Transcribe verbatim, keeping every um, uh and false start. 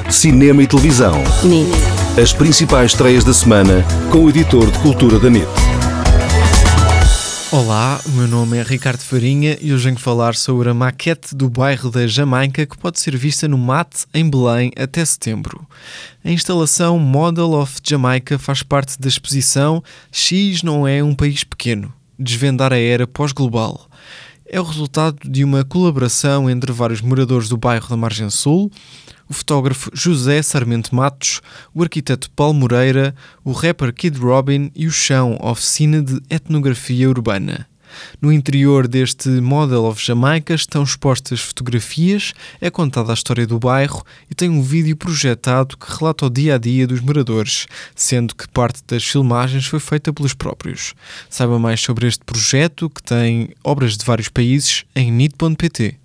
cinema e televisão. N I T. As principais estreias da semana com o editor de cultura da N I T. Olá, o meu nome é Ricardo Farinha e hoje venho falar sobre a maquete do bairro da Jamaica que pode ser vista no M A T em Belém até setembro. A instalação Model of Jamaica faz parte da exposição X não é um país pequeno, desvendar a era pós-global. É o resultado de uma colaboração entre vários moradores do bairro da Margem Sul, o fotógrafo José Sarmento Matos, o arquiteto Paulo Moreira, o rapper Kid Robin e o Chão, oficina de etnografia urbana. No interior deste Model of Jamaica estão expostas fotografias, é contada a história do bairro e tem um vídeo projetado que relata o dia-a-dia dos moradores, sendo que parte das filmagens foi feita pelos próprios. Saiba mais sobre este projeto, que tem obras de vários países, em N I T ponto P T.